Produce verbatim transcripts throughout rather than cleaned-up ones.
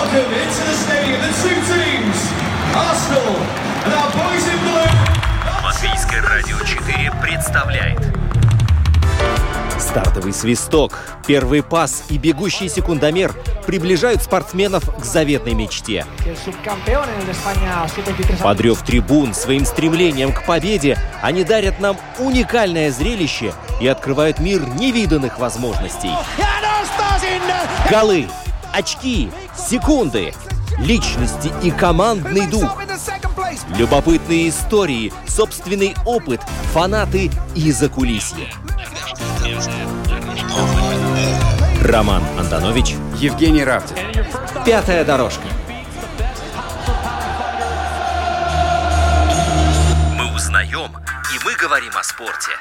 Welcome into the stadium, the two teams, Arsenal and our boys in blue. Латвийское радио четыре представляет стартовый свисток, первый пас и бегущий секундомер приближают спортсменов к заветной мечте. Подрев трибун своим стремлением к победе, они дарят нам уникальное зрелище и открывают мир невиданных возможностей. Голы, очки, секунды, личности и командный дух. Любопытные истории, собственный опыт, фанаты и закулисье. Роман Антонович, Евгений Равдин. Пятая дорожка. Мы узнаем, и мы говорим о спорте.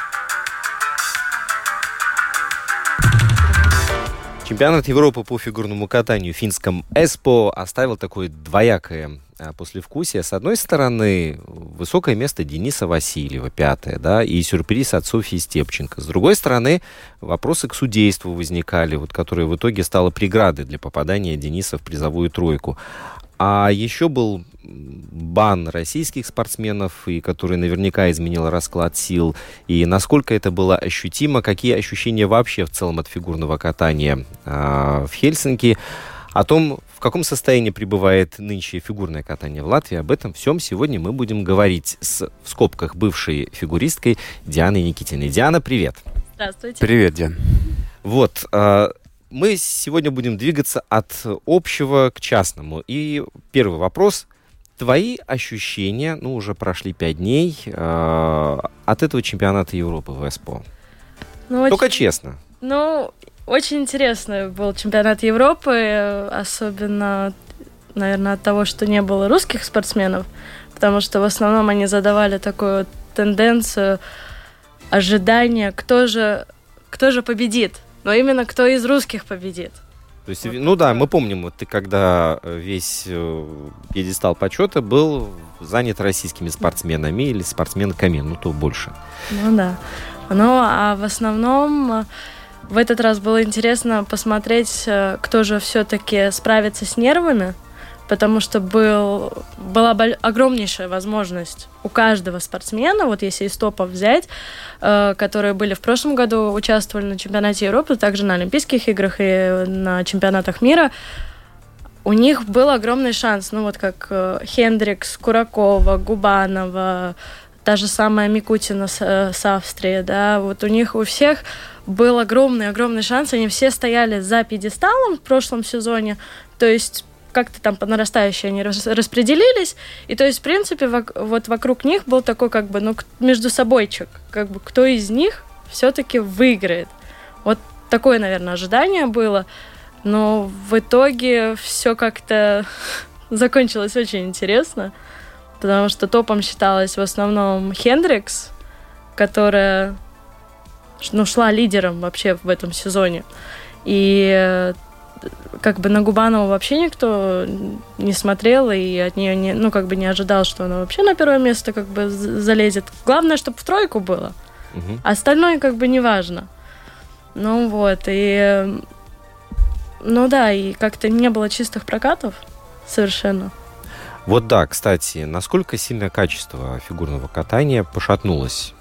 Чемпионат Европы по фигурному катанию в финском Эспо оставил такое двоякое послевкусие. С одной стороны, высокое место Дениса Васильева, пятое, да, и сюрприз от Софьи Степченко. С другой стороны, вопросы к судейству возникали, вот, которые в итоге стало преградой для попадания Дениса в призовую тройку. А еще был бан российских спортсменов, и который наверняка изменил расклад сил. И насколько это было ощутимо, какие ощущения вообще в целом от фигурного катания э, в Хельсинки. О том, в каком состоянии пребывает нынче фигурное катание в Латвии, об этом всем сегодня мы будем говорить с, в скобках, бывшей фигуристкой Дианой Никитиной. Диана, привет. Здравствуйте. Привет, Диан. Вот, э, мы сегодня будем двигаться от общего к частному. И первый вопрос. Твои ощущения, ну, уже прошли пять дней, э, от этого чемпионата Европы в Эспо? Ну, Только очень, честно. Ну, очень интересный был чемпионат Европы, особенно, наверное, от того, что не было русских спортсменов, потому что в основном они задавали такую тенденцию ожидания, кто же, кто же победит, но именно кто из русских победит. То есть, вот, ну да, мы помним, вот ты когда весь пьедестал почета был занят российскими спортсменами или спортсменками, ну то больше. Ну да. Ну а в основном в этот раз было интересно посмотреть, кто же все-таки справится с нервами, потому что был, была огромнейшая возможность у каждого спортсмена, вот если из топов взять, э, которые были в прошлом году, участвовали на чемпионате Европы, также на Олимпийских играх и на чемпионатах мира, у них был огромный шанс, ну вот как э, Хендрикс, Куракова, Губанова, та же самая Микутина с, э, с Австрии, да, вот у них у всех был огромный-огромный шанс, они все стояли за пьедесталом в прошлом сезоне, то есть как-то там по нарастающей они распределились, и то есть, в принципе, вок- вот вокруг них был такой как бы, ну, между собойчик, как бы кто из них все-таки выиграет. Вот такое, наверное, ожидание было, но в итоге все как-то закончилось очень интересно, потому что топом считалась в основном Хендрикс, которая, ну, шла лидером вообще в этом сезоне, и как бы на Губанову вообще никто не смотрел, и от нее не, ну, как бы не ожидал, что она вообще на первое место как бы залезет. Главное, чтобы в тройку было. Uh-huh. Остальное как бы не важно. Ну вот, и... Ну да, и как-то не было чистых прокатов совершенно. Вот да, кстати, насколько сильно качество фигурного катания пошатнулось?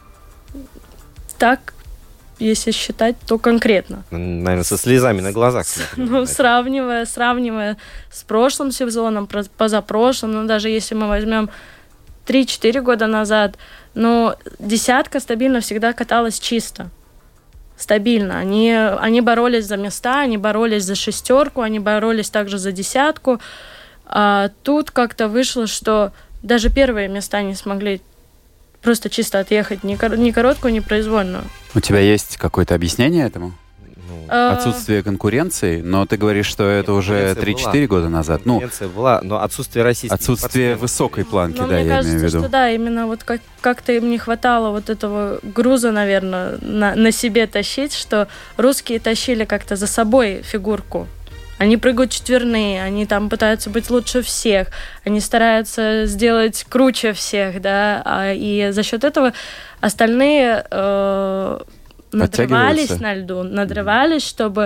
Так, если считать, то конкретно. Наверное, со слезами на глазах. Ну, сравнивая, сравнивая с прошлым сезоном, позапрошлым, ну, даже если мы возьмем три-четыре года назад, ну, десятка стабильно всегда каталась чисто. Стабильно. Они, они боролись за места, они боролись за шестерку, они боролись также за десятку. А тут как-то вышло, что даже первые места не смогли просто чисто отъехать, ни, кор- ни короткую, ни произвольную. У тебя есть какое-то объяснение этому? Ну, А... Отсутствие конкуренции, но ты говоришь, что это уже три-четыре года назад. Конкуренция ну, была, но отсутствие российских Отсутствие высокой планки, но да, мне я кажется, имею в виду. что да, именно вот как- как-то им не хватало вот этого груза, наверное, на, на себе тащить, что русские тащили как-то за собой фигурку. Они прыгают четверные, они там пытаются быть лучше всех, они стараются сделать круче всех, да, а, и за счет этого остальные э, надрывались на льду, надрывались, чтобы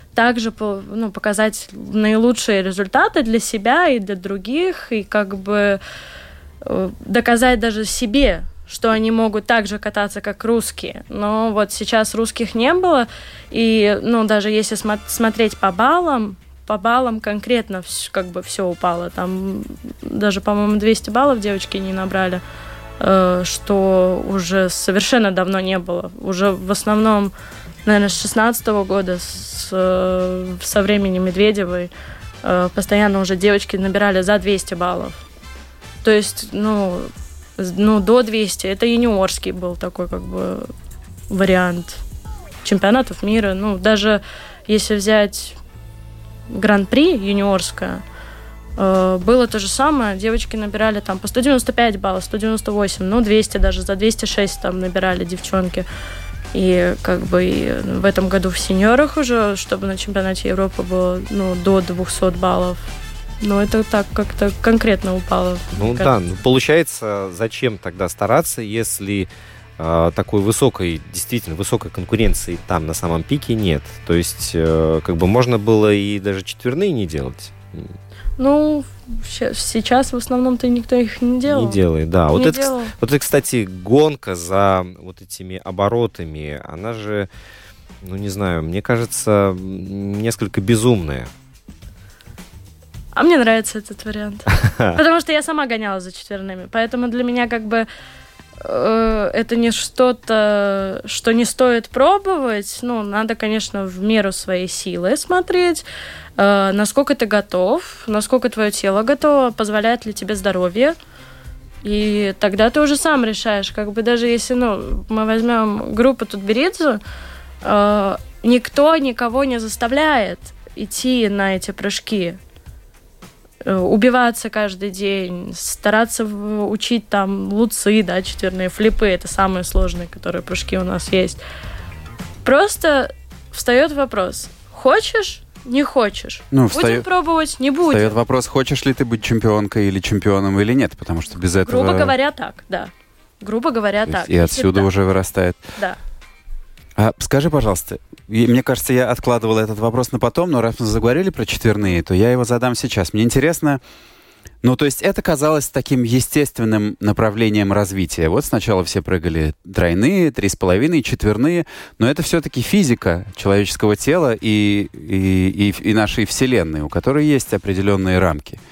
также ну, показать наилучшие результаты для себя и для других, и как бы доказать даже себе, что они могут так же кататься, как русские. Но вот сейчас русских не было, и ну, даже если смо- смотреть по баллам, по баллам конкретно как бы все упало. Там даже, по-моему, двести баллов девочки не набрали, э, что уже совершенно давно не было. Уже в основном, наверное, с шестнадцатого года, с, э, со времени Медведевой, э, постоянно уже девочки набирали за двести баллов. То есть, ну, ну, до двухсот. Это юниорский был такой, как бы, вариант чемпионатов мира. Ну, даже если взять Гран-при юниорское, э, было то же самое. Девочки набирали там по сто девяносто пять баллов, сто девяносто восемь, ну, двести даже, за двести шесть там набирали девчонки. И как бы и в этом году в сеньорах уже, чтобы на чемпионате Европы было, ну, до двухсот баллов. Но это так как-то конкретно упало. Ну да, ну, получается, зачем тогда стараться, если э, такой высокой, действительно высокой конкуренции там на самом пике нет? То есть, э, как бы можно было и даже четверные не делать? Ну, сейчас в основном-то никто их не делал. Не делает, да. Не вот, это, делал. вот это, кстати, гонка за вот этими оборотами, она же, ну не знаю, мне кажется, несколько безумная. А мне нравится этот вариант. Потому что я сама гоняла за четверными. Поэтому для меня как бы э, это не что-то, что не стоит пробовать. Ну, надо, конечно, в меру своей силы смотреть, э, насколько ты готов, насколько твое тело готово, позволяет ли тебе здоровье. И тогда ты уже сам решаешь. Как бы даже если, ну, мы возьмем группу Тутберидзе, э, никто никого не заставляет идти на эти прыжки. Убиваться каждый день, стараться учить там луцы, да, четверные, флипы, это самые сложные, которые прыжки у нас есть. Просто встает вопрос: хочешь, не хочешь? Ну, будем встает, пробовать, не будем. Встает вопрос, хочешь ли ты быть чемпионкой или чемпионом или нет, потому что без этого... Грубо говоря, так, да. Грубо говоря, так. И отсюда всегда. Уже вырастает. Да. А скажи, пожалуйста, мне кажется, я откладывал этот вопрос на потом, но раз мы заговорили про четверные, то я его задам сейчас. Мне интересно, ну, то есть это казалось таким естественным направлением развития. Вот сначала все прыгали тройные, три с половиной, четверные, но это все-таки физика человеческого тела и, и, и, и нашей Вселенной, у которой есть определенные рамки.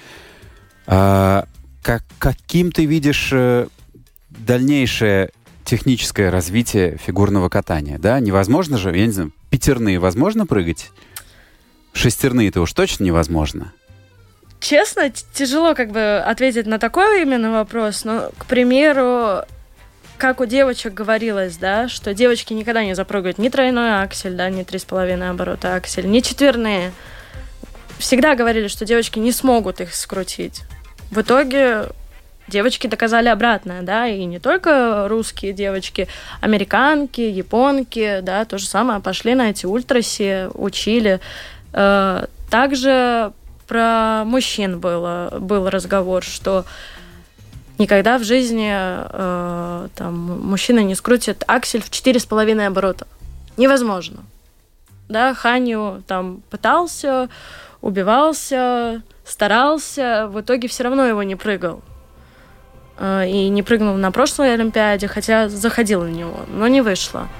А, как, каким ты видишь дальнейшее техническое развитие фигурного катания, да? Невозможно же, я не знаю, пятерные возможно прыгать? Шестерные-то уж точно невозможно. Честно, тяжело как бы ответить на такой именно вопрос, но, к примеру, как у девочек говорилось, да, что девочки никогда не запрыгают ни тройной аксель, да, ни три с половиной оборота аксель, ни четверные. Всегда говорили, что девочки не смогут их скрутить. В итоге девочки доказали обратное, да, и не только русские девочки, американки, японки, да, то же самое, пошли на эти ультраси, учили. Также про мужчин было, был разговор, что никогда в жизни там, мужчина не скрутит аксель в четыре с половиной оборота. Невозможно. Да, Ханью там пытался, убивался, старался, в итоге все равно его не прыгал. И не прыгнул на прошлой Олимпиаде, хотя заходил на него, но не вышло.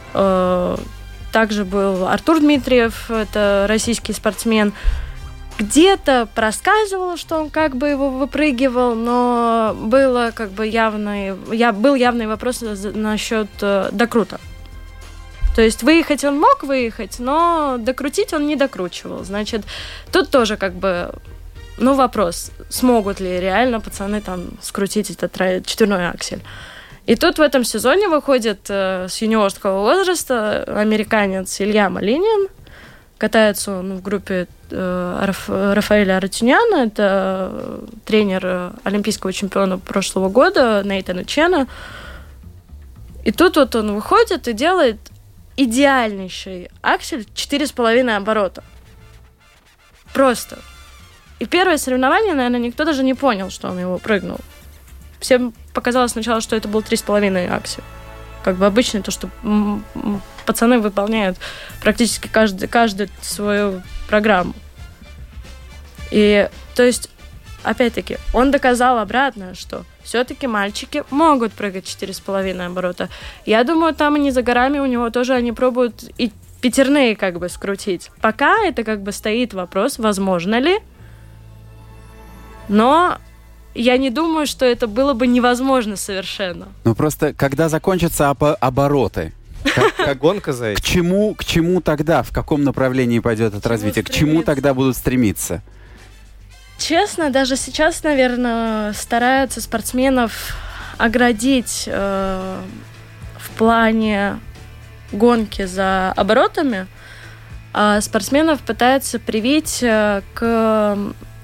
Также был Артур Дмитриев, это российский спортсмен. Где-то проскальзывало, что он как бы его выпрыгивал, но было как бы явный, я, был явный вопрос насчет докрута. То есть выехать он мог выехать, но докрутить он не докручивал. Значит, тут тоже как бы... Ну, вопрос, смогут ли реально пацаны там скрутить этот четверной аксель. И тут в этом сезоне выходит э, с юниорского возраста американец Илья Малинин. Катается он в группе э, Раф, Рафаэля Аратюняна. Это тренер олимпийского чемпиона прошлого года Нейтана Чена. И тут вот он выходит и делает идеальнейший аксель четыре с половиной оборота. Просто. И первое соревнование, наверное, никто даже не понял, что он его прыгнул. Всем показалось сначала, что это был три с половиной аксель. Как бы обычно то, что пацаны выполняют практически каждый, каждую свою программу. И, то есть, опять-таки, он доказал обратно, что все-таки мальчики могут прыгать четыре с половиной оборота. Я думаю, там и не за горами у него тоже они пробуют и пятерные как бы скрутить. Пока это как бы стоит вопрос, возможно ли, но я не думаю, что это было бы невозможно совершенно. Ну просто, когда закончатся об- обороты, Как, как гонка за к этим. чему, к чему тогда, в каком направлении пойдет это развитие, к чему стремиться? тогда будут стремиться? Честно, даже сейчас, наверное, стараются спортсменов оградить э, в плане гонки за оборотами, а спортсменов пытаются привить э, к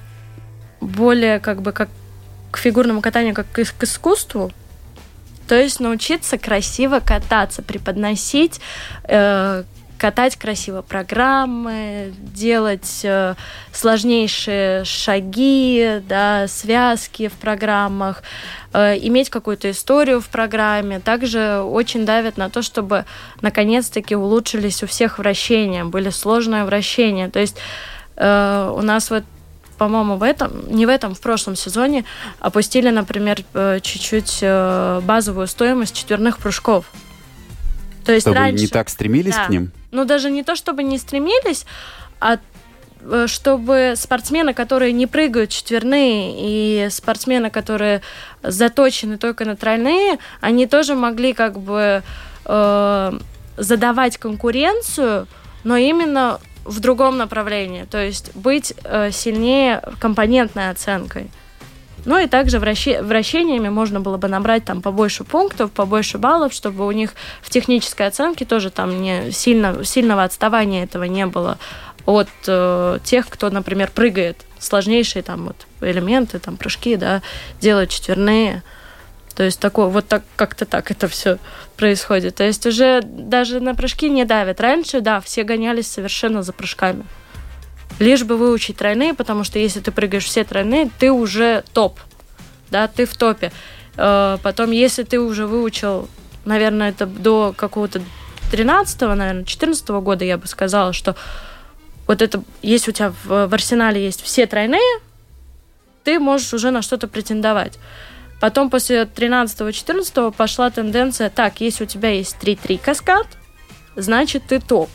более как бы как к фигурному катанию, как к, к искусству. То есть научиться красиво кататься, преподносить, э, катать красиво программы, делать э, сложнейшие шаги, да, связки в программах, э, иметь какую-то историю в программе. Также очень давят на то, чтобы наконец-таки улучшились у всех вращения, были сложные вращения. То есть э, у нас вот, по-моему, в этом, не в этом, в прошлом сезоне опустили, например, э, чуть-чуть э, базовую стоимость четверных прыжков. То есть Чтобы раньше, не так стремились да, к ним? Ну, даже не то, чтобы не стремились, а чтобы спортсмены, которые не прыгают четверные, и спортсмены, которые заточены только на тройные, они тоже могли как бы э, задавать конкуренцию, но именно в другом направлении, то есть быть э, сильнее компонентной оценкой. Ну и также вращи- вращениями можно было бы набрать там побольше пунктов, побольше баллов, чтобы у них в технической оценке тоже там не сильно, сильного отставания этого не было от э, тех, кто, например, прыгает сложнейшие там вот элементы, там прыжки, да, делают четверные. То есть такое, вот так, как-то так это все происходит. То есть уже даже на прыжки не давят. Раньше, да, все гонялись совершенно за прыжками. Лишь бы выучить тройные, потому что если ты прыгаешь все тройные, ты уже топ, да, ты в топе. Потом, если ты уже выучил, наверное, это до какого-то тринадцатого, наверное, четырнадцатого года, я бы сказала, что вот это, если у тебя в, в арсенале есть все тройные, ты можешь уже на что-то претендовать. Потом после тринадцатого-четырнадцатого пошла тенденция, так, если у тебя есть три-три каскад, значит, ты топ.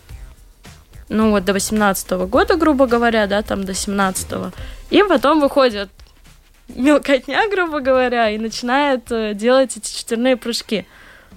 Ну вот до восемнадцатого года, грубо говоря, да, там до семнадцатого. И потом выходит мелкотня, грубо говоря, и начинает э, делать эти четверные прыжки.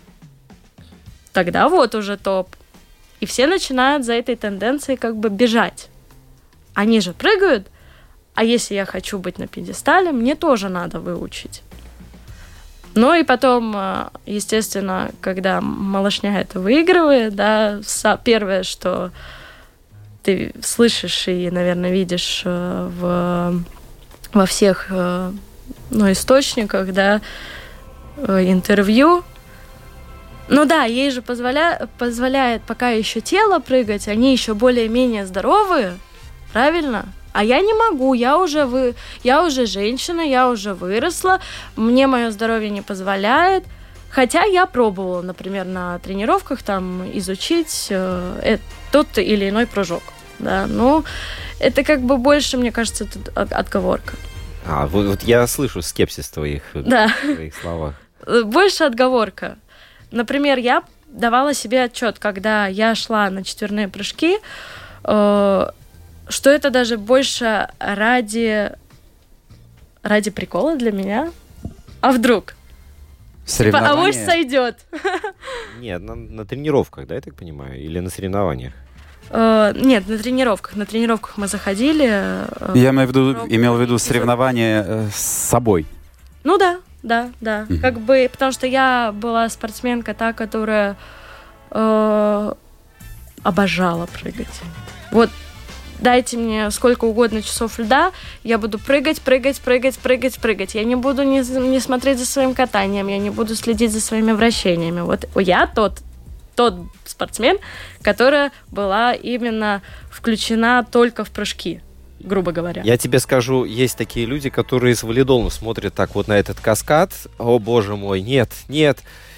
Тогда вот уже топ. И все начинают за этой тенденцией как бы бежать. Они же прыгают, а если я хочу быть на пьедестале, мне тоже надо выучить. Ну и потом, естественно, когда малышня это выигрывает, да, первое, что ты слышишь и, наверное, видишь в, во всех, ну, источниках, да, интервью. Ну да, ей же позволя... позволяет пока еще тело прыгать, они еще более-менее здоровые, правильно? А я не могу, я уже, вы... я уже женщина, я уже выросла, мне мое здоровье не позволяет. Хотя я пробовала, например, на тренировках там изучить э, тот или иной прыжок. Да, ну, это как бы больше, мне кажется, это отговорка. А, вот, вот я слышу скепсис в твоих, да. в твоих словах. Больше отговорка. Например, я давала себе отчет, когда я шла на четверные прыжки, э, что это даже больше ради, ради прикола для меня. А вдруг? Типа, авось сойдет. Нет, на, на тренировках, да, я так понимаю? Или на соревнованиях? Uh, нет, на тренировках. На тренировках мы заходили. Uh, Я имею в виду, имел в виду соревнования э, с собой. Ну да, да, да. Mm-hmm. Как бы, потому что я была спортсменка та, которая э, обожала прыгать. Вот дайте мне сколько угодно часов льда, я буду прыгать, прыгать, прыгать, прыгать, прыгать. Я не буду не, не смотреть за своим катанием, я не буду следить за своими вращениями. Вот я тот, тот спортсмен, которая была именно включена только в прыжки, грубо говоря. Я тебе скажу, есть такие люди, которые с валидолом смотрят так вот на этот каскад. О, боже мой, нет, нет.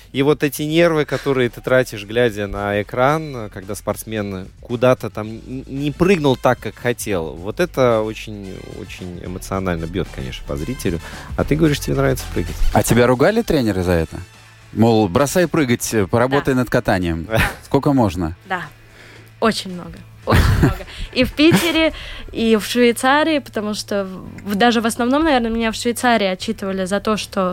И вот эти нервы, которые ты тратишь, глядя на экран, когда спортсмен куда-то там не прыгнул так, как хотел, вот это очень, очень эмоционально бьет, конечно, по зрителю. А ты говоришь, тебе нравится прыгать. А тебя ругали тренеры за это? Мол, бросай прыгать, поработай Да. над катанием. Сколько можно? Да, очень много. Очень много. И в Питере, и в Швейцарии, потому что в- даже в основном, наверное, меня в Швейцарии отчитывали за то, что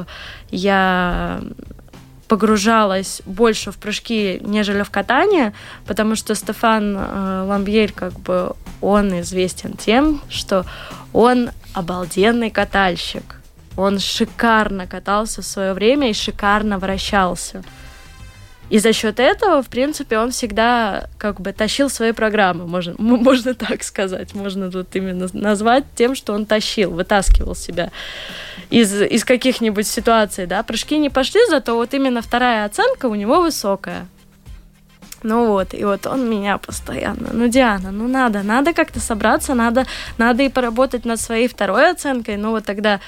я погружалась больше в прыжки, нежели в катание, потому что Стефан э, Ламбьель, как бы, он известен тем, что он обалденный катальщик. Он шикарно катался в свое время и шикарно вращался. И за счет этого, в принципе, он всегда как бы тащил свои программы, можно, м- можно так сказать. Можно тут именно назвать тем, что он тащил, вытаскивал себя из, из каких-нибудь ситуаций. Да? Прыжки не пошли, зато вот именно вторая оценка у него высокая. Ну вот, и вот он меня постоянно, ну, Диана, ну надо, надо как-то собраться, надо, надо и поработать над своей второй оценкой. Ну вот тогда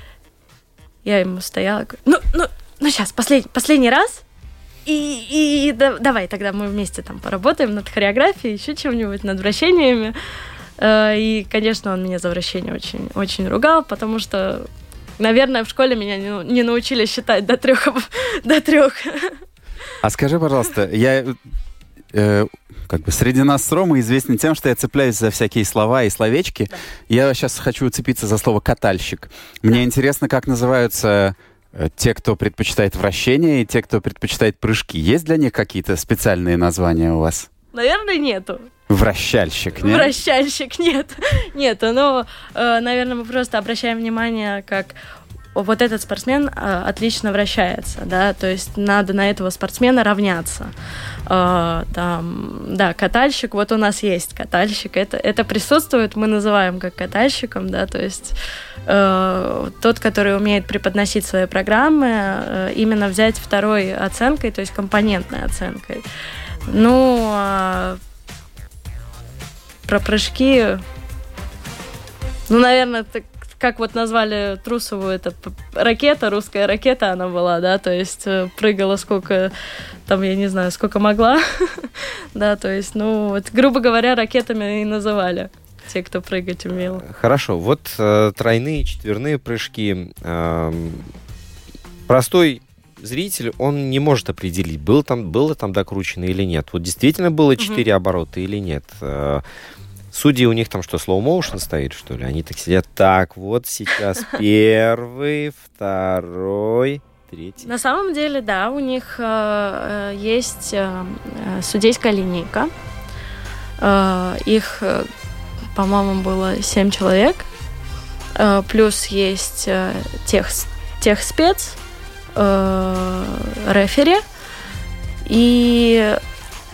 я ему стояла, говорю, ну, ну, ну сейчас, послед, последний раз, и, и да, давай тогда мы вместе там поработаем над хореографией, еще чем-нибудь, над вращениями. Э, И, конечно, он меня за вращение очень, очень ругал, потому что, наверное, в школе меня не, не научили считать до трех, до трех. А скажи, пожалуйста, я э, как бы среди нас с Ромой известен тем, что я цепляюсь за всякие слова и словечки. Да. Я сейчас хочу уцепиться за слово «катальщик». Мне Да. интересно, как называются э, те, кто предпочитает вращение, и те, кто предпочитает прыжки. Есть для них какие-то специальные названия у вас? Наверное, нету. Вращальщик, нет? Вращальщик, нет. Нет, но, э, наверное, мы просто обращаем внимание, как вот этот спортсмен э, отлично вращается, да, то есть надо на этого спортсмена равняться. Э, там, да, катальщик, вот у нас есть катальщик, это, это присутствует, мы называем как катальщиком, да, то есть э, тот, который умеет преподносить свои программы, э, именно взять второй оценкой, то есть компонентной оценкой. Ну, а про прыжки, ну, наверное, так, как вот назвали Трусову, это п- ракета, русская ракета она была, да, то есть э, прыгала сколько, там, я не знаю, сколько могла, да, то есть, ну, вот, грубо говоря, ракетами и называли те, кто прыгать умел. Хорошо, вот э, тройные, четверные прыжки. Эм, простой зритель, он не может определить, был там, было там докручено или нет. Вот действительно было четыре оборота или нет. Э, Судьи у них там что, slow motion стоит, что ли? Они так сидят, так, вот сейчас первый, второй, третий. На самом деле, да, у них э, э, есть э, э, судейская линейка. Э, их, э, по-моему, было семь человек. Э, плюс есть э, тех, техспец, э, рефери и...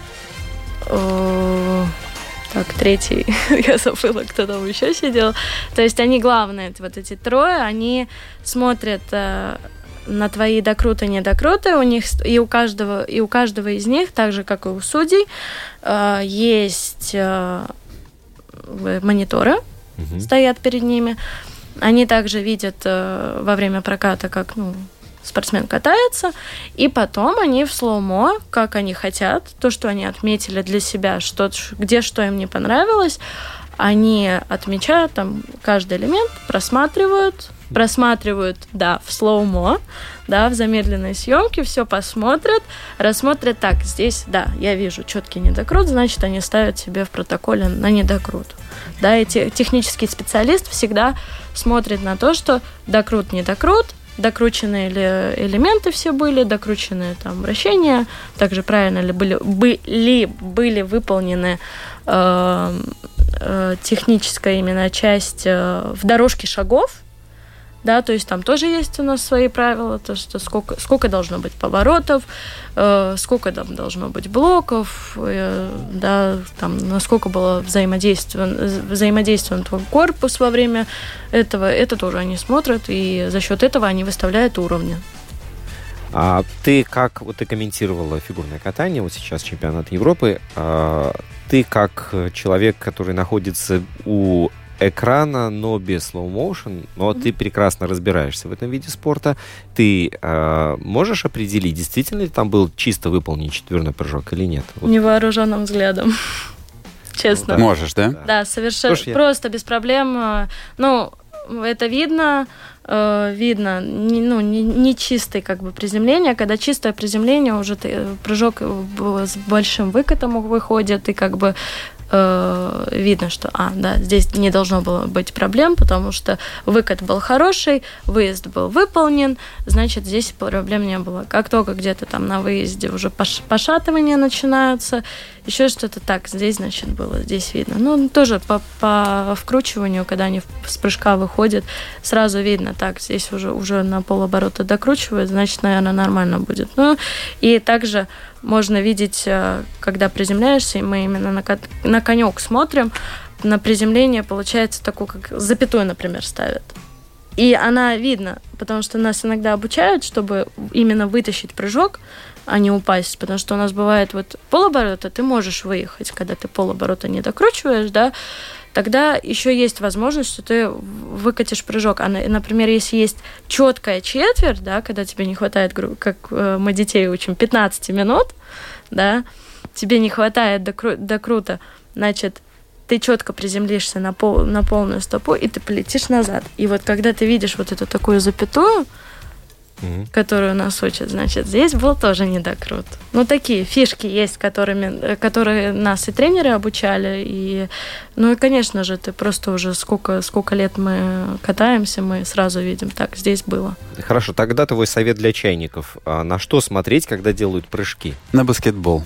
Э, Так, третий, я забыла, кто там еще сидел. То есть они главные, вот эти трое, они смотрят э, на твои докруты, недокруты. У них и у каждого, и у каждого из них, так же как и у судей, э, есть э, мониторы, Мгм. стоят перед ними. Они также видят э, во время проката, как, ну, спортсмен катается, и потом они в слоумо, как они хотят, то, что они отметили для себя, что, где что им не понравилось, они отмечают там каждый элемент, просматривают, просматривают, да, в слоумо, да, в замедленной съемке, все посмотрят, рассмотрят, так, здесь, да, я вижу четкий недокрут, значит, они ставят себе в протоколе на недокрут. Да, и те, технический специалист всегда смотрит на то, что докрут, недокрут, докрученные ли элементы все были, докрученные там вращения, также правильно ли были, были, были выполнены э, э, техническая именно часть э, в дорожке шагов, да, то есть там тоже есть у нас свои правила, то, что сколько, сколько должно быть поворотов, э, сколько там должно быть блоков, э, да, там, насколько было взаимодействован, взаимодействован твой корпус во время этого, это тоже они смотрят, и за счет этого они выставляют уровни. А ты как, вот ты комментировала фигурное катание, вот сейчас чемпионат Европы, а, ты как человек, который находится у экрана, но без slow motion. Но mm-hmm. ты прекрасно разбираешься в этом виде спорта. Ты э, можешь определить, действительно ли там был чисто выполнен четверной прыжок или нет? Вот. Невооруженным взглядом. Честно. Можешь, да? Да, совершенно. Просто без проблем. Ну, это видно. Видно, не, ну, не, не чистое как бы приземление. Когда чистое приземление, уже ты, прыжок с большим выкатом выходит, и как бы э, видно, что а, да, здесь не должно было быть проблем, потому что выкат был хороший, выезд был выполнен, значит, здесь проблем не было. Как только где-то там на выезде уже пош- пошатывания начинаются, еще что-то так, здесь, значит, было, здесь видно. Ну, тоже по, по вкручиванию, когда они с прыжка выходят, сразу видно, так, здесь уже, уже на полоборота докручивают, значит, наверное, нормально будет. Ну, и также можно видеть, когда приземляешься, и мы именно на, на конек смотрим, на приземление, получается, такую, как запятую, например, ставят. И она видно, потому что нас иногда обучают, чтобы именно вытащить прыжок, а не упасть, потому что у нас бывает вот полоборота, ты можешь выехать, когда ты полоборота не докручиваешь, да, тогда еще есть возможность, что ты выкатишь прыжок. А, например, если есть четкая четверть, да, когда тебе не хватает, как мы детей учим, пятнадцать минут, да, тебе не хватает докру- докрута, значит, ты четко приземлишься на, пол, на полную стопу, и ты полетишь назад. И вот когда ты видишь вот эту такую запятую, mm-hmm. которую нас учат, значит, здесь был тоже недокрут. Ну, такие фишки есть, которыми, которые нас и тренеры обучали. И, ну, и, конечно же, ты просто уже сколько, сколько лет мы катаемся, мы сразу видим, так, здесь было. Хорошо, тогда твой совет для чайников. А на что смотреть, когда делают прыжки? На баскетбол.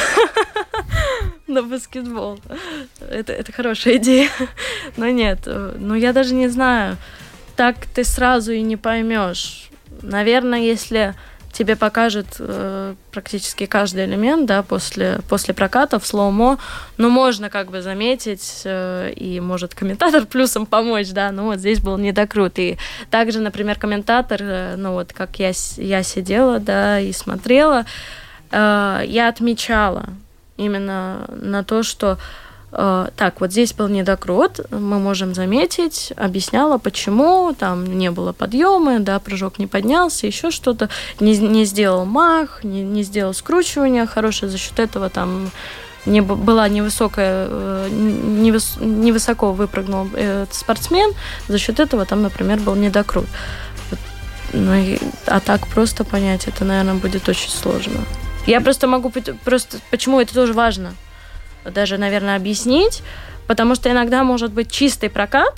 На баскетбол. Это, это хорошая идея. Но нет, ну я даже не знаю. Так ты сразу и не поймешь. Наверное, если тебе покажет э, практически каждый элемент, да, после, после проката в слоумо, ну, можно как бы заметить, э, и может комментатор плюсом помочь, да, ну, вот здесь был недокрут. И также, например, комментатор, э, ну, вот как я, я сидела, да, и смотрела, э, я отмечала именно на то, что э, так, вот здесь был недокрут, мы можем заметить, объясняла, почему, там не было подъема, да, прыжок не поднялся, еще что-то, не, не сделал мах, не, не сделал скручивание хорошее, за счет этого там не, была невысокая, невыс, невысоко выпрыгнул этот спортсмен, за счет этого там, например, был недокрут. Ну, и, а так просто понять, это, наверное, будет очень сложно. Я просто могу... Просто, почему это тоже важно? Даже, наверное, объяснить. Потому что иногда может быть чистый прокат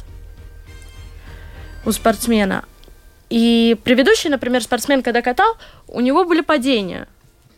у спортсмена. И предыдущий, например, спортсмен, когда катал, у него были падения.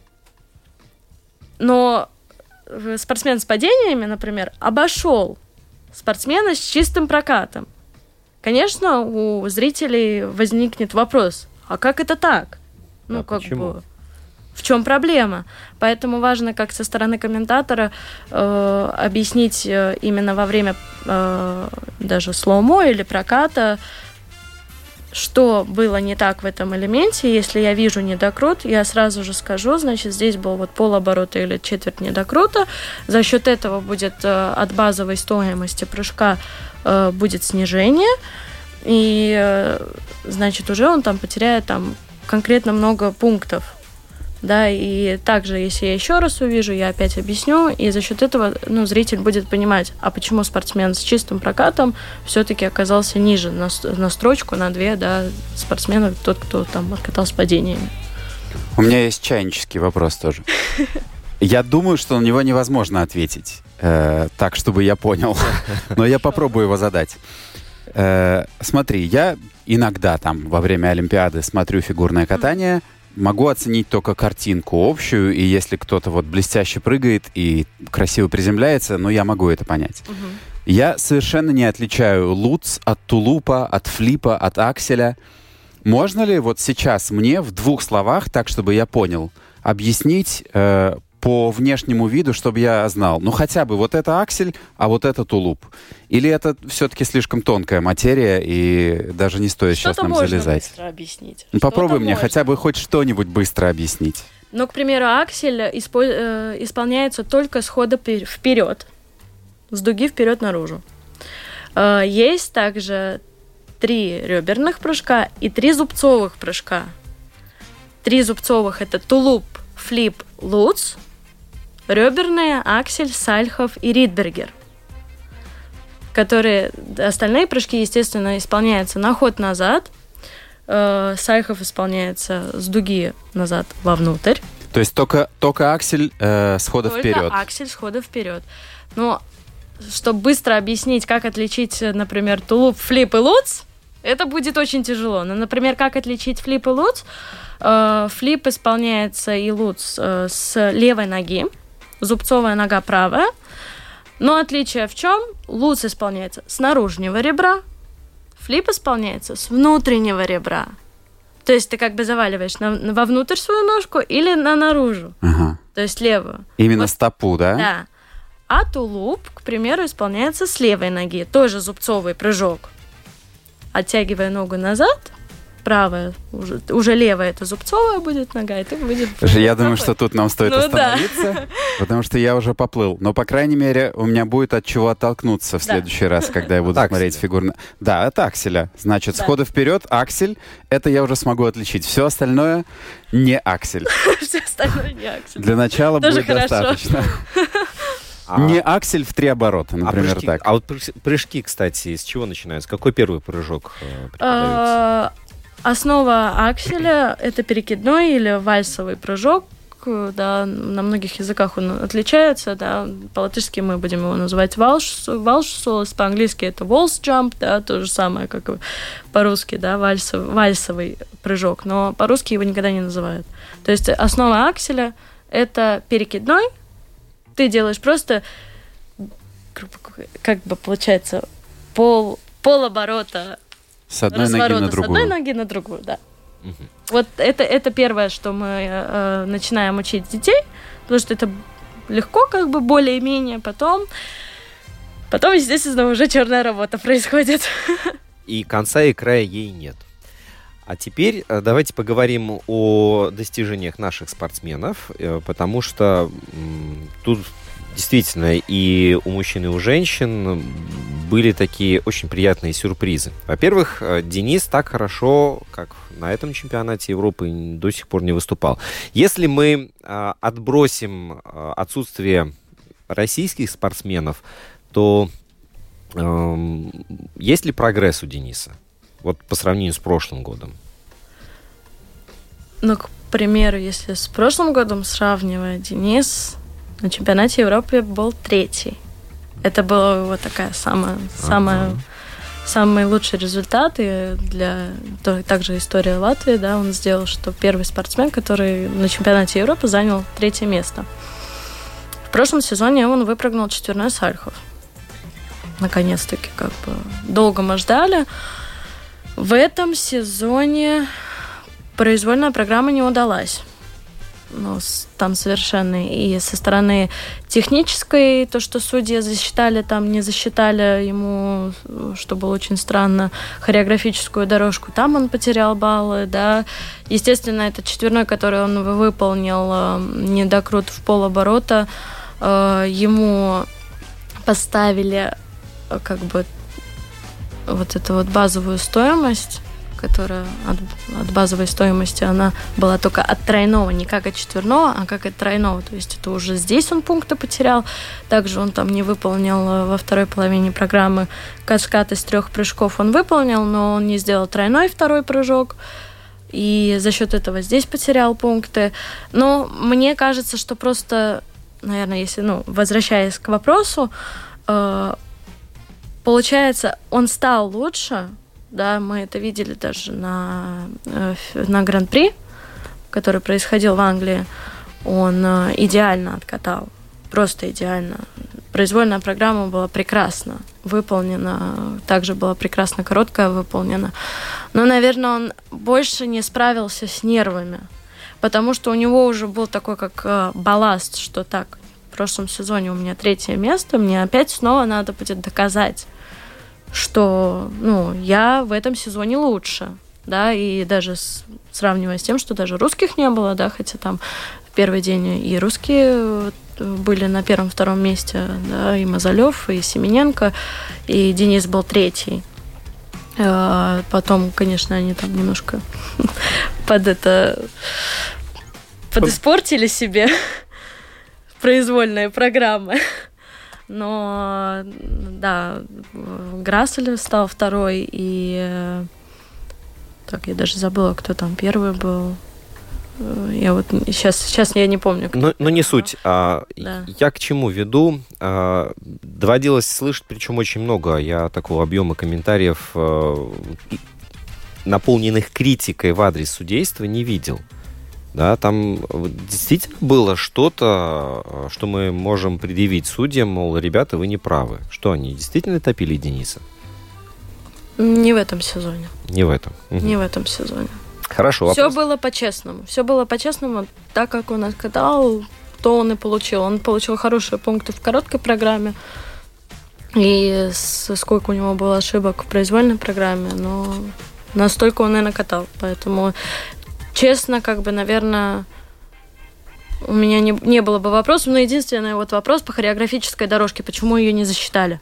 Но спортсмен с падениями, например, обошел спортсмена с чистым прокатом. Конечно, у зрителей возникнет вопрос, а как это так? Ну, а как почему? бы... В чем проблема? Поэтому важно, как со стороны комментатора э, объяснить э, именно во время э, даже слоумо или проката, что было не так в этом элементе. Если я вижу недокрут, я сразу же скажу, значит, здесь был вот полоборота или четверть недокрута. За счет этого будет э, от базовой стоимости прыжка э, будет снижение, и э, значит, уже он там потеряет там конкретно много пунктов. Да, и также, если я еще раз увижу, я опять объясню, и за счет этого, ну, зритель будет понимать, а почему спортсмен с чистым прокатом все-таки оказался ниже на, на строчку, на две, да, спортсмена, тот, кто там откатал с падениями. У меня есть чайнический вопрос тоже. Я думаю, что на него невозможно ответить э, так, чтобы я понял, но я попробую его задать. Э, смотри, я иногда там во время Олимпиады смотрю фигурное катание, могу оценить только картинку общую, и если кто-то вот блестяще прыгает и красиво приземляется, ну, я могу это понять. Угу. Я совершенно не отличаю лутс от тулупа, от флипа, от акселя. Можно ли вот сейчас мне в двух словах, так, чтобы я понял, объяснить э, по внешнему виду, чтобы я знал, ну, хотя бы вот это аксель, а вот это тулуп? Или это все-таки слишком тонкая материя, и даже не стоит что-то сейчас нам можно залезать? Быстро объяснить. Ну, попробуй мне можно. хотя бы хоть что-нибудь быстро объяснить. Ну, к примеру, аксель испо- э, исполняется только с хода вперед, с дуги вперед наружу. Э, есть также три реберных прыжка и три зубцовых прыжка. Три зубцовых – это тулуп, флип, луц. Реберные – аксель, сальхов и ридбергер. Которые, остальные прыжки, естественно, исполняются на ход назад. Э, сальхов исполняется с дуги назад вовнутрь. То есть только, только аксель э, с хода только вперед. аксель с хода вперед. Но чтобы быстро объяснить, как отличить, например, тулуп, флип и луц, это будет очень тяжело. Но, например, как отличить флип и луц? Э, флип исполняется и луц э, с левой ноги, зубцовая нога правая. Но отличие в чем? Луц исполняется с наружного ребра, флип исполняется с внутреннего ребра. То есть ты как бы заваливаешь на, на, вовнутрь свою ножку или на наружу. Ага. То есть левую. Именно вот, стопу, да? Да. А тулуп, к примеру, исполняется с левой ноги. Тоже зубцовый прыжок. Оттягивая ногу назад, правая, уже, уже левая, это зубцовая будет нога, и ты будешь... Слушай, я думаю, что тут нам стоит ну, остановиться, да. Потому что я уже поплыл. Но, по крайней мере, у меня будет от чего оттолкнуться в следующий да. раз, когда я буду смотреть фигурно. Да, от акселя. Значит, да. с хода вперед, аксель, это я уже смогу отличить. Все остальное не аксель. Все остальное не аксель. Для начала будет достаточно. А, не аксель в три оборота, например, а прыжки, так. А вот прыжки, кстати, с чего начинаются? Какой первый прыжок преподается? Основа акселя — это перекидной или вальсовый прыжок. Да, на многих языках он отличается. Да. По-латышски мы будем его называть вальс-солос, по-английски это waltz jump, да, то же самое, как и по-русски, да, вальсовый, вальсовый прыжок. Но по-русски его никогда не называют. То есть основа акселя — это перекидной. Ты делаешь просто, как бы получается, пол, полоборота с одной ноги на другую. С одной ноги на другую, да. Угу. Вот это, это первое, что мы э, начинаем учить детей, потому что это легко, как бы, более-менее. Потом, потом, естественно, уже черная работа происходит. И конца и края ей нет. А теперь давайте поговорим о достижениях наших спортсменов, потому что тут действительно и у мужчин, и у женщин были такие очень приятные сюрпризы. Во-первых, Денис так хорошо, как на этом чемпионате Европы, до сих пор не выступал. Если мы отбросим отсутствие российских спортсменов, то э, есть ли прогресс у Дениса? Вот по сравнению с прошлым годом. Ну, к примеру, если с прошлым годом сравнивать, Денис на чемпионате Европы был третий. Это была его такая самая, ага. самая, самый лучший результат. И для также история Латвии, да, он сделал, что первый спортсмен, который на чемпионате Европы занял третье место. В прошлом сезоне он выпрыгнул четверной сальхов. Наконец-таки, как бы долго мы ждали. В этом сезоне произвольная программа не удалась. Ну, там совершенно и со стороны технической, то, что судьи засчитали, там не засчитали ему, что было очень странно, хореографическую дорожку, там он потерял баллы, да. Естественно, этот четверной, который он выполнил, недокрут в полоборота, ему поставили как бы вот эту вот базовую стоимость, которая от, от базовой стоимости, она была только от тройного, не как от четверного, а как от тройного. То есть это уже здесь он пункты потерял. Также он там не выполнил во второй половине программы каскад из трех прыжков. Он выполнил, но он не сделал тройной второй прыжок. И за счет этого здесь потерял пункты. Но мне кажется, что просто, наверное, если, ну, возвращаясь к вопросу, э, получается, он стал лучше. Да, мы это видели даже на, на Гран-при, который происходил в Англии. Он идеально откатал, просто идеально. Произвольная программа была прекрасно выполнена, также была прекрасно короткая выполнена. Но, наверное, он больше не справился с нервами, потому что у него уже был такой как балласт, что так, в прошлом сезоне у меня третье место, мне опять снова надо будет доказать, что, ну, я в этом сезоне лучше, да, и даже с, сравнивая с тем, что даже русских не было, да, хотя там в первый день и русские были на первом-втором месте, да, и Мазалев, и Семененко, и Денис был третий. Потом, конечно, они там немножко под это подиспортили себе произвольные программы. Но, да, Грассель стал второй, и... Так, я даже забыла, кто там первый был. Я вот сейчас, сейчас я не помню. Но, но не суть. А, да. Я к чему веду? А, доводилось слышать, причем очень много, я такого объема комментариев, а, наполненных критикой в адрес судейства, не видел. Да, там действительно было что-то, что мы можем предъявить судьям, мол, ребята, вы не правы. Что, они действительно топили Дениса? Не в этом сезоне. Не в этом. Не в этом сезоне. Хорошо. Все было по-честному. Все было по-честному. Так как он откатал, то он и получил. Он получил хорошие пункты в короткой программе. И сколько у него было ошибок в произвольной программе, но настолько он и накатал. Поэтому, честно, как бы, наверное, у меня не, не было бы вопросов. Но единственный вот вопрос по хореографической дорожке. Почему ее не засчитали?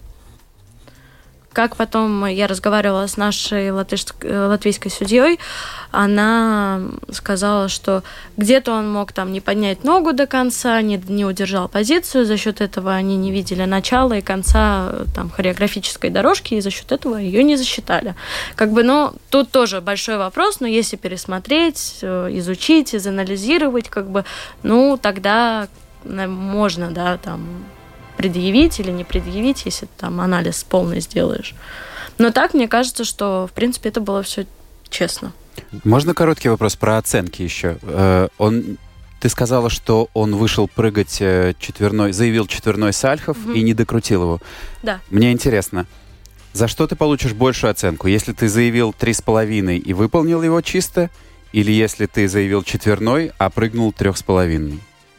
Как потом я разговаривала с нашей латышской, латвийской судьей, она сказала, что где-то он мог там не поднять ногу до конца, не, не удержал позицию, за счет этого они не видели начала и конца там, хореографической дорожки, и за счет этого ее не засчитали. Как бы, ну, тут тоже большой вопрос, но если пересмотреть, изучить, изанализировать, как бы, ну, тогда можно, да, там... предъявить или не предъявить, если там анализ полный сделаешь. Но так, мне кажется, что, в принципе, это было все честно. Можно короткий вопрос про оценки еще? Э, он, ты сказала, что он вышел прыгать четверной, заявил четверной сальхов mm-hmm. и не докрутил его. Да. Мне интересно, за что ты получишь большую оценку? Если ты заявил три с половиной и выполнил его чисто, или если ты заявил четверной, а прыгнул трех с половиной?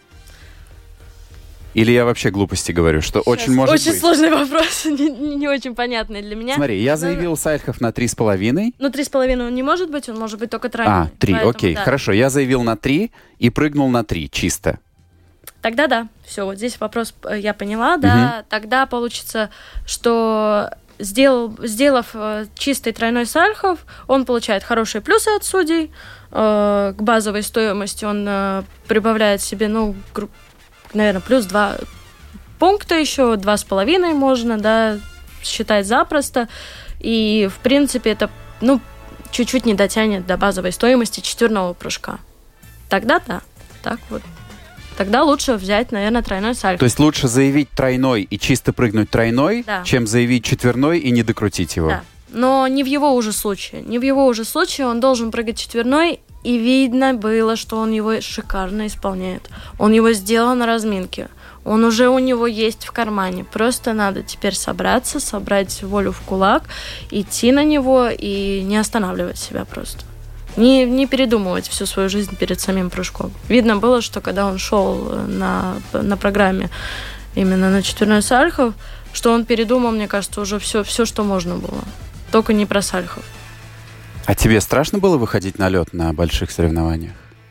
Или я вообще глупости говорю, что Сейчас. очень может очень быть... Очень сложный вопрос, не, не очень понятный для меня. Смотри, я заявил сальхов на три с половиной. Ну, три с половиной он не может быть, он может быть только тройной. А, три, поэтому, окей, да. Хорошо. Я заявил на три и прыгнул на три, чисто. Тогда да, все, вот здесь вопрос я поняла, да. Угу. Тогда получится, что сделал, сделав чистый тройной сальхов, он получает хорошие плюсы от судей. К базовой стоимости он прибавляет себе, ну, гру- наверное, плюс два пункта еще, два с половиной можно, да, считать запросто. И, в принципе, это, ну, чуть-чуть не дотянет до базовой стоимости четверного прыжка. Тогда да, так вот. Тогда лучше взять, наверное, тройной сальхов. То есть лучше заявить тройной и чисто прыгнуть тройной, да. чем заявить четверной и не докрутить его. Да, но не в его уже случае. Не в его уже случае он должен прыгать четверной, и видно было, что он его шикарно исполняет. Он его сделал на разминке. Он уже у него есть в кармане. Просто надо теперь собраться, собрать волю в кулак, идти на него и не останавливать себя просто. Не, не передумывать всю свою жизнь перед самим прыжком. Видно было, что когда он шел на, на программе именно на четверной сальхов, что он передумал, мне кажется, уже все, все, что можно было. Только не про сальхов. А тебе страшно было выходить на лед на больших соревнованиях?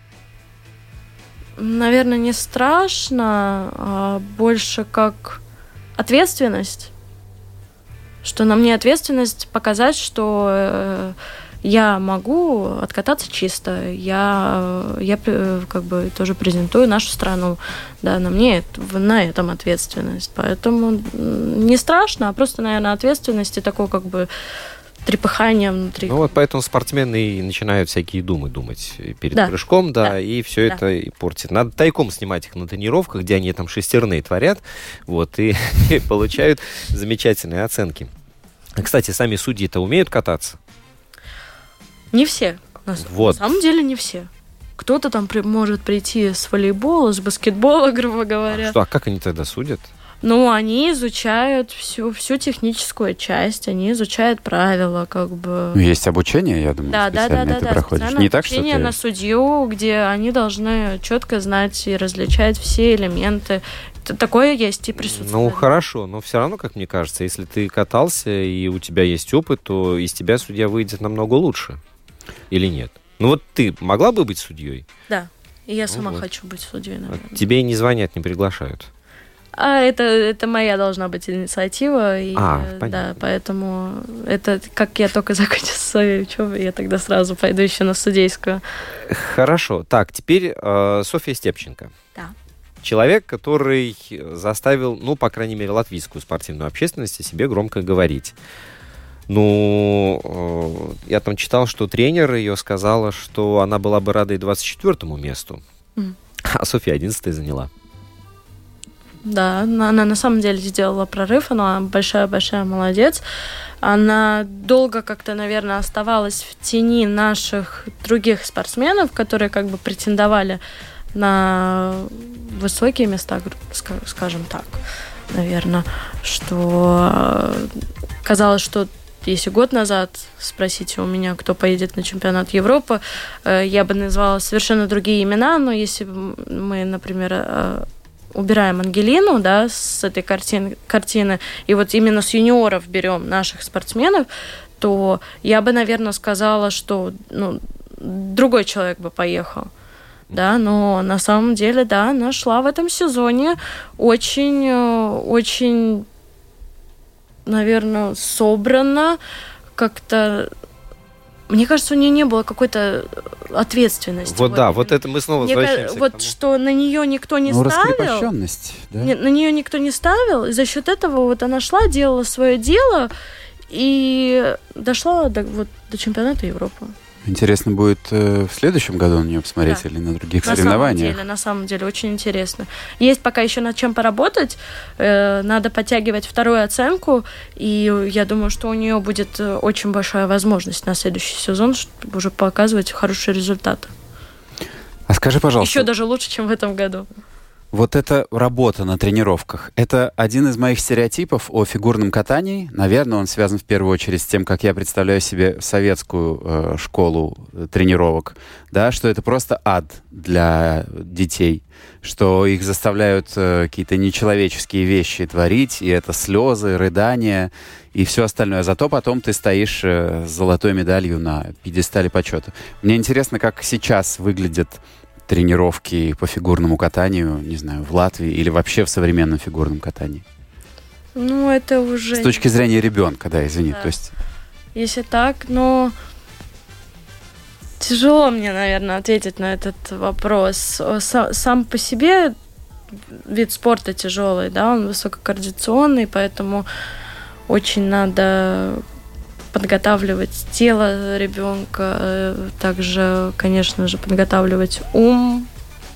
Наверное, не страшно, а больше как ответственность. Что на мне ответственность показать, что э, я могу откататься чисто. Я, я как бы тоже презентую нашу страну. Да, на мне на этом ответственность. Поэтому не страшно, а просто, наверное, ответственность и такой как бы трепыхание внутри. Ну вот поэтому спортсмены и начинают всякие думы думать перед да. прыжком, да, да, и все да. это и портит. Надо тайком снимать их на тренировках, где они там шестерные творят, вот, и, и получают замечательные оценки. Кстати, сами судьи-то умеют кататься? Не все. На, вот. на самом деле не все. Кто-то там при, может прийти с волейбола, с баскетбола, грубо говоря. А, что, а как они тогда судят? Ну, они изучают всю, всю техническую часть, они изучают правила, как бы... Ну, есть обучение, я думаю, да, специально да, да, ты да, проходишь. Не так, что обучение ты... на судью, где они должны четко знать и различать все элементы. Такое есть и присутствует. Ну, хорошо, но все равно, как мне кажется, если ты катался и у тебя есть опыт, то из тебя судья выйдет намного лучше. Или нет? Ну, вот ты могла бы быть судьей? Да, и я ну, сама вот. хочу быть судьей, наверное. Тебе не звонят, не приглашают? А это, это моя должна быть инициатива. И, а, да, понятно. поэтому это как я только закончу свою учебу, я тогда сразу пойду еще на судейскую. Хорошо. Так, теперь э, Софья Степченко. Да. Человек, который заставил, ну, по крайней мере, латвийскую спортивную общественность о себе громко говорить. Ну, э, я там читал, что тренер ее сказала, что она была бы рада и двадцать четвёртому месту, mm. а Софья одиннадцатое заняла. Да, она на самом деле сделала прорыв, она большая-большая молодец. Она долго как-то, наверное, оставалась в тени наших других спортсменов, которые как бы претендовали на высокие места, скажем так, наверное, что казалось, что если год назад спросите у меня, кто поедет на чемпионат Европы, я бы назвала совершенно другие имена, но если мы, например, убираем Ангелину, да, с этой картины, картины, и вот именно с юниоров берем наших спортсменов, то я бы, наверное, сказала, что ну, другой человек бы поехал. Да, но на самом деле, да, она шла в этом сезоне очень, очень, наверное, собранно, как-то. Мне кажется, у нее не было какой-то ответственности. Вот, вот да, вот это мы снова Мне возвращаемся Вот к тому. Что на нее никто не ну, ставил. раскрепощенность, да? Не, на нее никто не ставил, и за счет этого вот она шла, делала свое дело и дошла до, вот, до чемпионата Европы. Интересно будет э, в следующем году на нее посмотреть да. или на других на соревнованиях? Самом деле, на самом деле, очень интересно. Есть пока еще над чем поработать. Э, надо подтягивать вторую оценку. И я думаю, что у нее будет очень большая возможность на следующий сезон, чтобы уже показывать хорошие результаты. А скажи, пожалуйста... Еще даже лучше, чем в этом году. Вот эта работа на тренировках, это один из моих стереотипов о фигурном катании. Наверное, он связан в первую очередь с тем, как я представляю себе советскую э, школу тренировок, да, что это просто ад для детей, что их заставляют э, какие-то нечеловеческие вещи творить, и это слезы, рыдания и все остальное. Зато потом ты стоишь э, с золотой медалью на пьедестале почета. Мне интересно, как сейчас выглядят тренировки по фигурному катанию, не знаю, в Латвии или вообще в современном фигурном катании? Ну, это уже... С точки зрения ребенка, да, извини. Да. То есть... Если так, но... Тяжело мне, наверное, ответить на этот вопрос. Сам по себе вид спорта тяжелый, да, он высококоординационный, поэтому очень надо подготавливать тело ребенка, также, конечно же, подготавливать ум,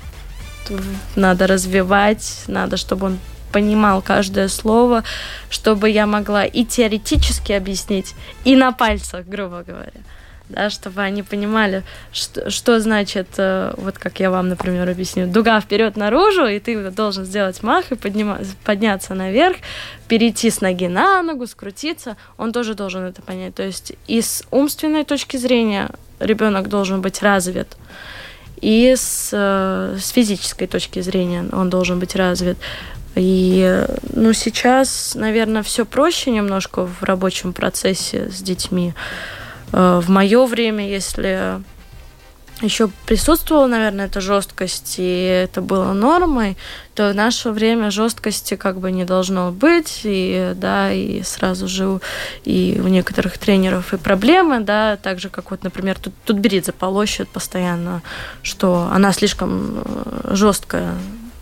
надо развивать, надо, чтобы он понимал каждое слово, чтобы я могла и теоретически объяснить, и на пальцах, грубо говоря, да, чтобы они понимали, что, что значит, вот как я вам, например, объясню, дуга вперед наружу, и ты должен сделать мах и поднима, подняться наверх, перейти с ноги на ногу, скрутиться, он тоже должен это понять. То есть и с умственной точки зрения ребенок должен быть развит, и с, с физической точки зрения он должен быть развит. И ну, сейчас, наверное, все проще немножко в рабочем процессе с детьми. В мое время, если еще присутствовала, наверное, эта жесткость, и это было нормой, то в наше время жесткости как бы не должно быть, и, да, и сразу же и у некоторых тренеров и проблемы, да, так же, как вот, например, тут, тут Беридзе полощет постоянно, что она слишком жесткая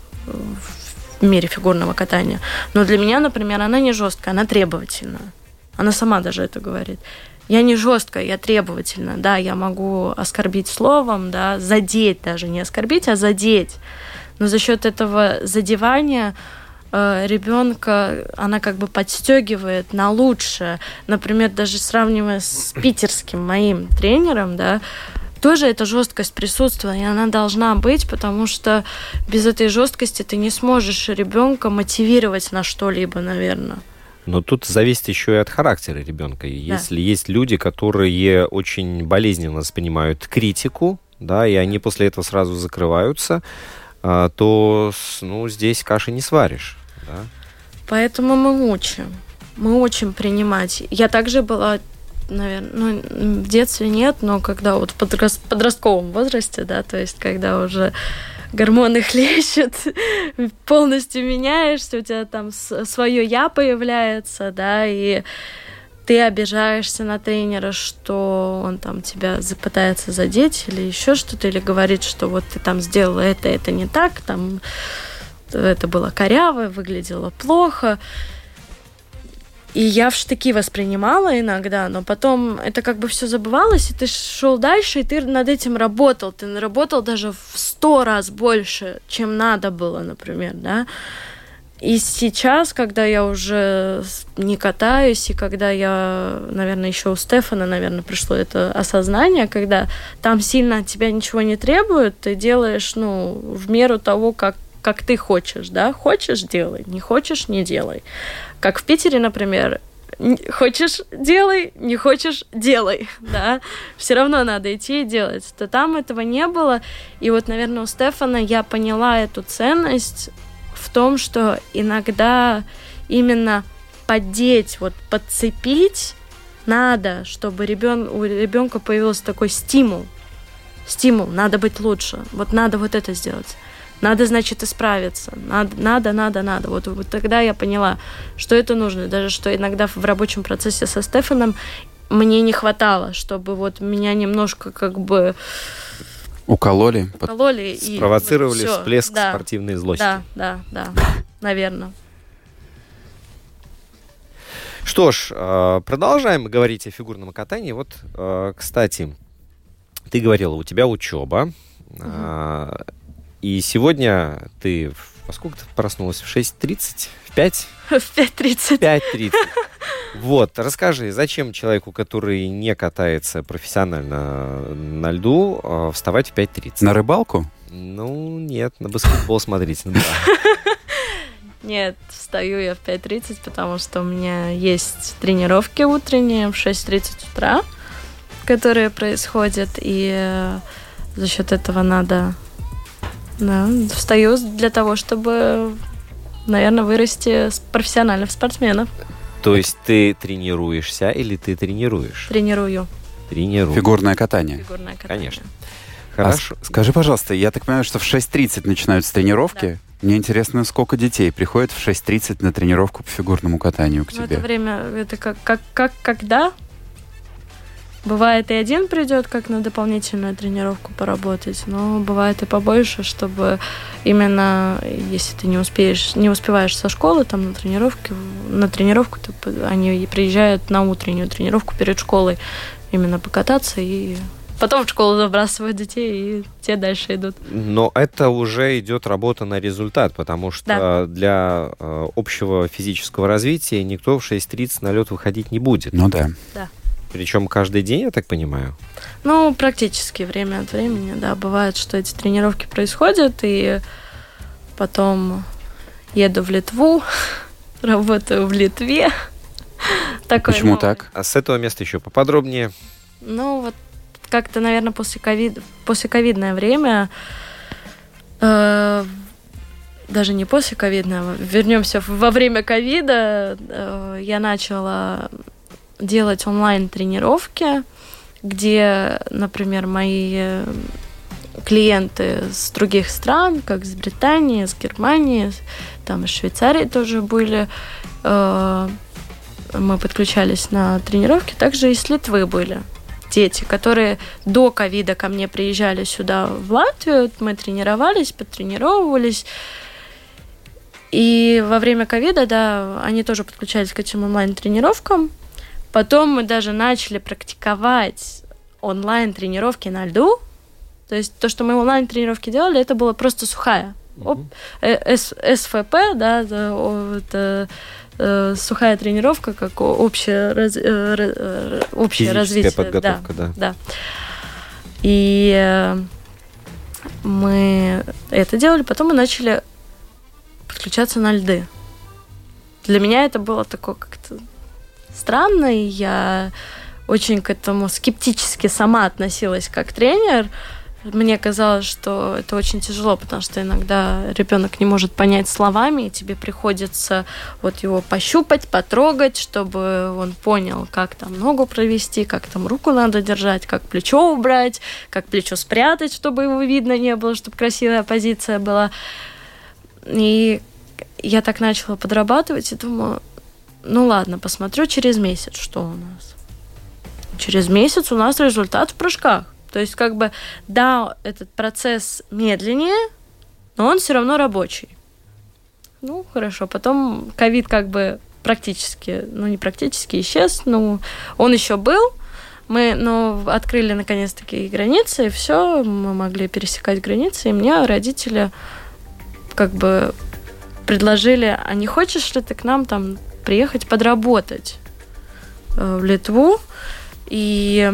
в мире фигурного катания. Но для меня, например, она не жесткая, она требовательная. Она сама даже это говорит. Я не жесткая, я требовательна, да, я могу оскорбить словом, да, задеть даже, не оскорбить, а задеть. Но за счет этого задевания э, ребенка она как бы подстегивает на лучшее. Например, даже сравнивая с питерским моим тренером, да, тоже эта жесткость присутствует, и она должна быть, потому что без этой жесткости ты не сможешь ребенка мотивировать на что-либо, наверное. Но тут зависит еще и от характера ребенка. Если да. есть люди, которые очень болезненно воспринимают критику, да, и они после этого сразу закрываются, то ну, здесь каши не сваришь. Да? Поэтому мы учим. Мы учим принимать. Я также была, наверное, ну, в детстве нет, но когда вот в подростковом возрасте, да, то есть когда уже гормоны хлещут, полностью меняешься, у тебя там свое «я» появляется, да, и ты обижаешься на тренера, что он там тебя пытается задеть или еще что-то, или говорит, что вот ты там сделала это, это не так, там это было коряво, выглядело плохо. И я в штыки воспринимала иногда, но потом это как бы все забывалось, и ты шел дальше, и ты над этим работал. Ты работал даже в сто раз больше, чем надо было, например, да. И сейчас, когда я уже не катаюсь, и когда я, наверное, еще у Стефана, наверное, пришло это осознание, когда там сильно от тебя ничего не требуют, ты делаешь, ну, в меру того, как, как ты хочешь, да. Хочешь – делай, не хочешь – не делай. Как в Питере, например, хочешь – делай, не хочешь – делай, да. Все равно надо идти и делать. То там этого не было. И вот, наверное, у Стефана я поняла эту ценность в том, что иногда именно поддеть, вот подцепить надо, чтобы ребен... у ребенка появился такой стимул. Стимул, надо быть лучше. Вот надо вот это сделать. Надо, значит, исправиться. Надо, надо, надо, надо. Вот, вот тогда я поняла, что это нужно. Даже что иногда в рабочем процессе со Стефаном мне не хватало, чтобы вот меня немножко как бы... Укололи. Укололи. Спровоцировали и вот всплеск да, спортивной злости. Да, да, да, наверное. Что ж, продолжаем говорить о фигурном катании. Вот, кстати, ты говорила, у тебя учеба. Угу. И сегодня ты во сколько ты проснулась? В шесть тридцать? В пять? В пять тридцать. пять тридцать. Вот, расскажи, зачем человеку, который не катается профессионально на льду, вставать в пять тридцать? На рыбалку? Ну, нет, на баскетбол смотреть. Нет, встаю я в пять тридцать, потому что у меня есть тренировки утренние в шесть тридцать утра, которые происходят, и за счет этого надо... Да, встаю для того, чтобы, наверное, вырасти профессиональных спортсменов. То есть ты тренируешься или ты тренируешь? Тренирую. Тренирую. Фигурное катание. Фигурное катание. Конечно. Хорошо. А скажи, пожалуйста, я так понимаю, что в шесть тридцать начинаются тренировки. Да. Мне интересно, сколько детей приходит в шесть тридцать на тренировку по фигурному катанию к ну, тебе? Это время, это как, как, как когда? Бывает и один придет, как на дополнительную тренировку поработать, но бывает и побольше, чтобы именно, если ты не успеешь, не успеваешь со школы, там на тренировке, на тренировку ты, они приезжают на утреннюю тренировку перед школой именно покататься, и потом в школу забрасывают детей, и те дальше идут. Но это уже идет работа на результат, потому что да. для э, общего физического развития никто в шесть тридцать на лед выходить не будет. Ну да. Да. Причем каждый день, я так понимаю? Ну, практически время от времени, да. Бывает, что эти тренировки происходят, и потом еду в Литву, работаю в Литве. Такое, Почему ну, так? А с этого места еще поподробнее. Ну, вот как-то, наверное, после ковид, после ковидное время, э, даже не после ковидного, вернемся во время ковида, э, я начала... делать онлайн-тренировки, где, например, мои клиенты с других стран, как с Британии, с Германии, там из Швейцарии тоже были, мы подключались на тренировки, также и с Литвы были дети, которые до ковида ко мне приезжали сюда, в Латвию, мы тренировались, потренировывались. И во время ковида, да, они тоже подключались к этим онлайн-тренировкам. Потом мы даже начали практиковать онлайн-тренировки на льду. То есть то, что мы онлайн-тренировки делали, это было просто сухая. Оп, эс эф пэ, да, это э, сухая тренировка, как общее, раз, э, общее развитие. Подготовка, да, да. да. И э, мы это делали, потом мы начали подключаться на льды. Для меня это было такое как-то странно, и я очень к этому скептически сама относилась как тренер, мне казалось, что это очень тяжело, потому что иногда ребенок не может понять словами, и тебе приходится вот его пощупать, потрогать, чтобы он понял, как там ногу провести, как там руку надо держать, как плечо убрать, как плечо спрятать, чтобы его видно не было, чтобы красивая позиция была. И я так начала подрабатывать и думаю, ну ладно, посмотрю через месяц, что у нас. Через месяц у нас результат в прыжках. То есть, как бы, да, этот процесс медленнее, но он все равно рабочий. Ну, хорошо. Потом ковид как бы практически, ну, не практически исчез, но он еще был. Мы, ну, открыли наконец-таки границы, и все, мы могли пересекать границы, и мне родители как бы предложили, а не хочешь ли ты к нам там приехать подработать в Литву? И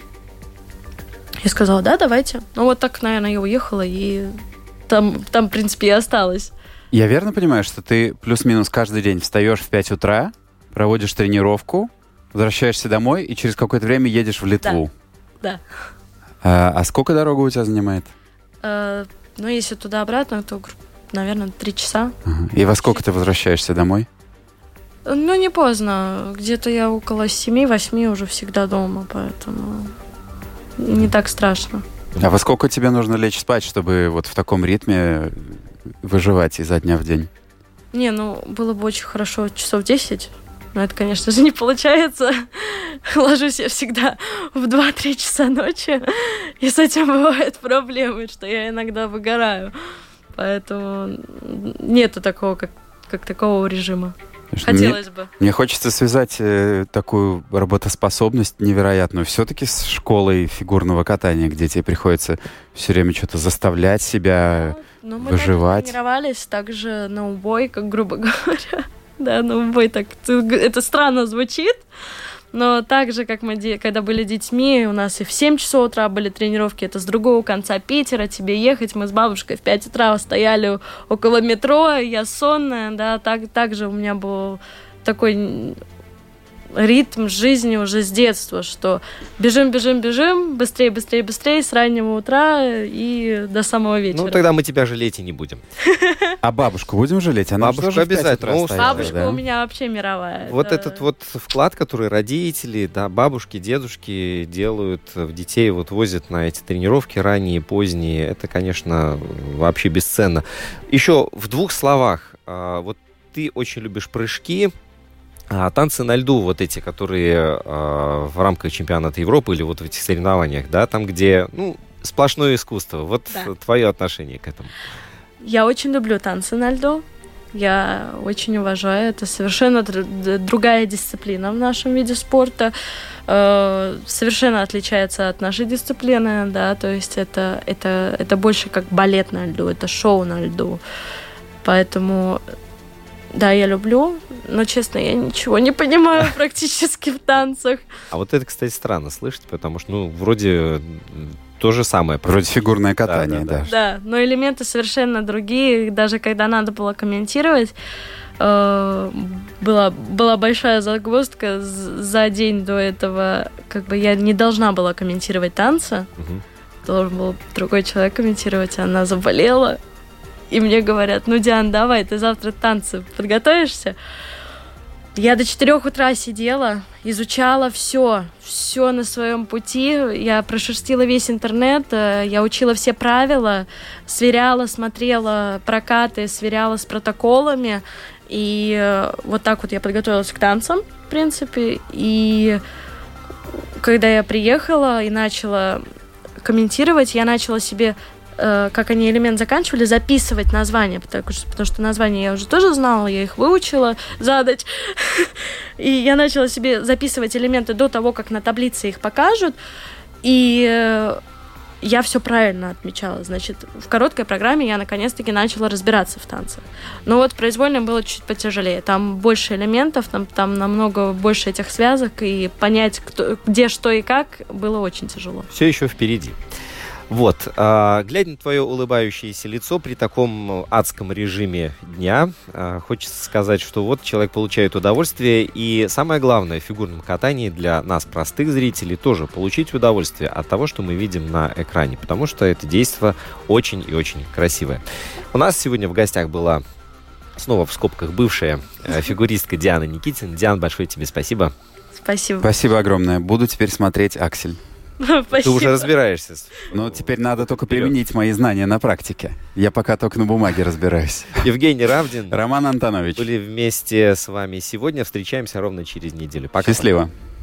я сказала, да, давайте. Ну, вот так, наверное, я уехала, и там, там, в принципе, и осталась. Я верно понимаю, что ты плюс-минус каждый день встаешь в пять утра, проводишь тренировку, возвращаешься домой и через какое-то время едешь в Литву? Да. А, а сколько дорога у тебя занимает? А, ну, если туда-обратно, то, наверное, три часа. Ага. И во сколько ты возвращаешься домой? Ну, не поздно. Где-то я около семи-восьми уже всегда дома, поэтому не так страшно. А во сколько тебе нужно лечь спать, чтобы вот в таком ритме выживать изо дня в день? Не, ну, было бы очень хорошо часов десять, но это, конечно же, не получается. Ложусь я всегда в два-три часа ночи, и с этим бывают проблемы, что я иногда выгораю. Поэтому нету такого, как, как такого режима. Хотелось мне, бы. Мне хочется связать э, такую работоспособность невероятную все-таки с школой фигурного катания, где тебе приходится все время что-то заставлять себя, ну, мы выживать. Мы тренировались также на убой, как грубо говоря. Да, на убой так. Это странно звучит, но так же, как мы, когда были детьми, у нас и в семь часов утра были тренировки, это с другого конца Питера, тебе ехать, мы с бабушкой в пять утра стояли около метро, я сонная, да, так, так же у меня был такой ритм жизни уже с детства, что бежим, бежим, бежим, быстрее, быстрее, быстрее, с раннего утра и до самого вечера. Ну, тогда мы тебя жалеть и не будем. А бабушку будем жалеть? Она бабушку тоже обязательно. Ну, стоит, бабушка да? у меня вообще мировая. Вот это... этот вот вклад, который родители, да, бабушки, дедушки делают в детей, вот возят на эти тренировки ранние, поздние, это, конечно, вообще бесценно. Еще в двух словах, вот ты очень любишь прыжки, а танцы на льду, вот эти, которые э, в рамках чемпионата Европы или вот в этих соревнованиях, да, там, где, ну, сплошное искусство. Вот да. Твое отношение к этому. Я очень люблю танцы на льду. Я очень уважаю. Это совершенно другая дисциплина в нашем виде спорта. Э, совершенно отличается от нашей дисциплины, да, то есть это, это, это больше как балет на льду, это шоу на льду. Поэтому... Да, я люблю, но, честно, я ничего не понимаю практически в танцах. А вот это, кстати, странно слышать, потому что, ну, вроде то же самое. Вроде фигурное катание, да. да. Да, но элементы совершенно другие. Даже когда надо было комментировать, э, была, была большая загвоздка за день до этого. Как бы я не должна была комментировать танцы. Угу. Должен был другой человек комментировать, она заболела. И мне говорят, ну, Диан, давай, ты завтра танцы подготовишься? Я до четырех утра сидела, изучала все, все на своем пути. Я прошерстила весь интернет, я учила все правила, сверяла, смотрела прокаты, сверяла с протоколами. И вот так вот я подготовилась к танцам, в принципе. И когда я приехала и начала комментировать, я начала себе... как они элемент заканчивали, записывать названия, потому что, потому что названия я уже тоже знала, я их выучила задать. И я начала себе записывать элементы до того, как на таблице их покажут. И я все правильно отмечала. Значит, в короткой программе я наконец-таки начала разбираться в танцах. Но вот в произвольном было чуть потяжелее. Там больше элементов, там, там намного больше этих связок, и понять, кто, где, что и как, было очень тяжело. Все еще впереди. Вот, а, глядя на твое улыбающееся лицо при таком адском режиме дня, а, хочется сказать, что вот человек получает удовольствие, и самое главное в фигурном катании для нас, простых зрителей, тоже получить удовольствие от того, что мы видим на экране, потому что это действо очень и очень красивое. У нас сегодня в гостях была снова в скобках бывшая э, фигуристка Диана Никитина. Диана, большое тебе спасибо. Спасибо. Спасибо огромное. Буду теперь смотреть «Аксель». Спасибо. Ты уже разбираешься. Но теперь надо только применить мои знания на практике. Я пока только на бумаге разбираюсь. Евгений Равдин. Роман Антонович. Были вместе с вами сегодня. Встречаемся ровно через неделю. Пока. Счастливо.